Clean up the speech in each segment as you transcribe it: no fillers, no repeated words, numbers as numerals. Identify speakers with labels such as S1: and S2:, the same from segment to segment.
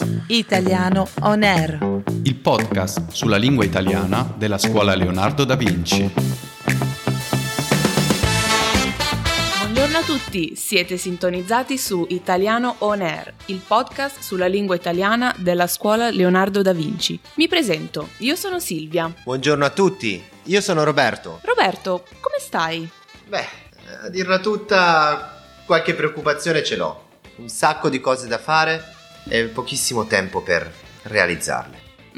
S1: Italiano On Air,
S2: il podcast sulla lingua italiana della Scuola Leonardo da Vinci.
S3: Buongiorno a tutti, siete sintonizzati su Italiano On Air, il podcast sulla lingua italiana della Scuola Leonardo da Vinci. Mi presento, io sono Silvia.
S4: Buongiorno a tutti, io sono Roberto.
S3: Roberto, come stai?
S4: Beh, a dirla tutta, qualche preoccupazione ce l'ho. Un sacco di cose da fare e pochissimo tempo per realizzarle.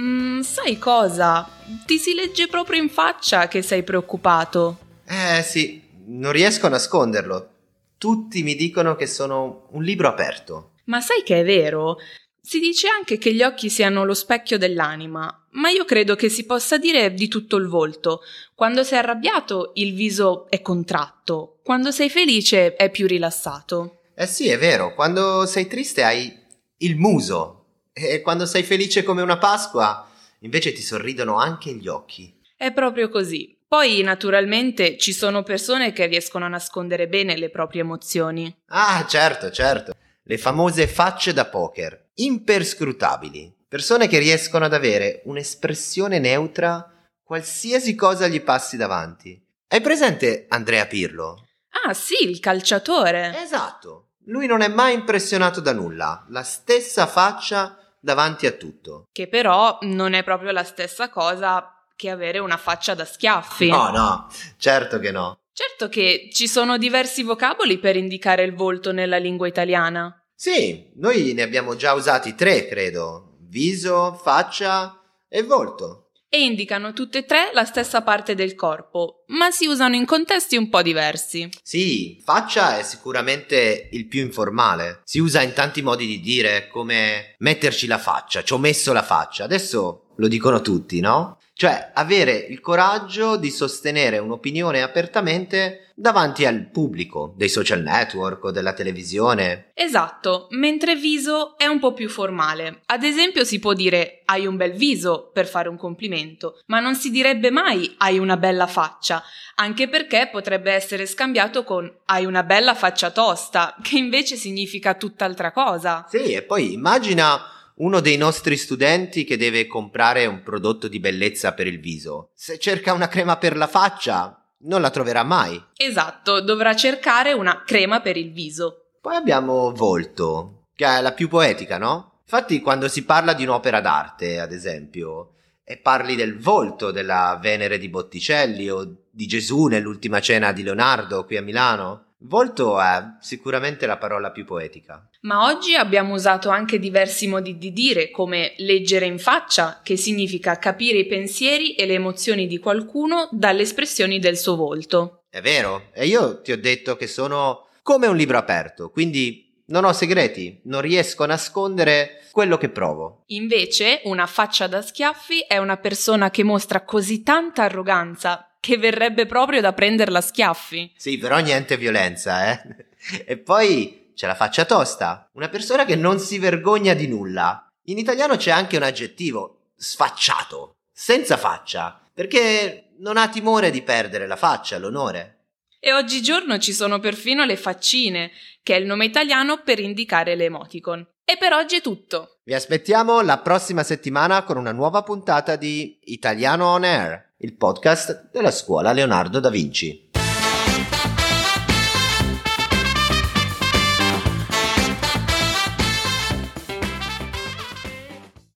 S3: Sai cosa? Ti si legge proprio in faccia che sei preoccupato.
S4: Sì, non riesco a nasconderlo. Tutti mi dicono che sono un libro aperto.
S3: Ma sai che è vero? Si dice anche che gli occhi siano lo specchio dell'anima, ma io credo che si possa dire di tutto il volto. Quando sei arrabbiato, il viso è contratto. Quando sei felice, è più rilassato.
S4: Sì, è vero, quando sei triste hai il muso e quando sei felice come una Pasqua, invece ti sorridono anche gli occhi.
S3: È proprio così. Poi, naturalmente, ci sono persone che riescono a nascondere bene le proprie emozioni.
S4: Ah, certo. Le famose facce da poker, imperscrutabili. Persone che riescono ad avere un'espressione neutra qualsiasi cosa gli passi davanti. Hai presente Andrea Pirlo?
S3: Ah, sì, il calciatore.
S4: Esatto. Lui non è mai impressionato da nulla. La stessa faccia davanti a tutto.
S3: Che però non è proprio la stessa cosa che avere una faccia da schiaffi.
S4: No, certo che no.
S3: Certo che ci sono diversi vocaboli per indicare il volto nella lingua italiana.
S4: Sì, noi ne abbiamo già usati 3, credo. Viso, faccia e volto.
S3: E indicano tutte e 3 la stessa parte del corpo, ma si usano in contesti un po' diversi.
S4: Sì, faccia è sicuramente il più informale. Si usa in tanti modi di dire, come metterci la faccia, ci ho messo la faccia. Adesso lo dicono tutti, no? Cioè, avere il coraggio di sostenere un'opinione apertamente davanti al pubblico, dei social network o della televisione.
S3: Esatto, mentre viso è un po' più formale. Ad esempio si può dire hai un bel viso per fare un complimento, ma non si direbbe mai hai una bella faccia, anche perché potrebbe essere scambiato con hai una bella faccia tosta, che invece significa tutt'altra cosa.
S4: Sì, e poi immagina uno dei nostri studenti che deve comprare un prodotto di bellezza per il viso. Se cerca una crema per la faccia, non la troverà mai.
S3: Esatto, dovrà cercare una crema per il viso.
S4: Poi abbiamo volto, che è la più poetica, no? Infatti quando si parla di un'opera d'arte, ad esempio, e parli del volto della Venere di Botticelli o di Gesù nell'Ultima Cena di Leonardo qui a Milano, volto è sicuramente la parola più poetica.
S3: Ma oggi abbiamo usato anche diversi modi di dire, come leggere in faccia, che significa capire i pensieri e le emozioni di qualcuno dalle espressioni del suo volto.
S4: È vero, e io ti ho detto che sono come un libro aperto, quindi non ho segreti, non riesco a nascondere quello che provo.
S3: Invece, una faccia da schiaffi è una persona che mostra così tanta arroganza che verrebbe proprio da prenderla a schiaffi.
S4: Sì, però niente violenza, eh? E poi c'è la faccia tosta, una persona che non si vergogna di nulla. In italiano c'è anche un aggettivo, sfacciato, senza faccia, perché non ha timore di perdere la faccia, l'onore.
S3: E oggigiorno ci sono perfino le faccine, che è il nome italiano per indicare le emoticon. E per oggi è tutto.
S4: Vi aspettiamo la prossima settimana con una nuova puntata di Italiano On Air, il podcast della Scuola Leonardo da Vinci.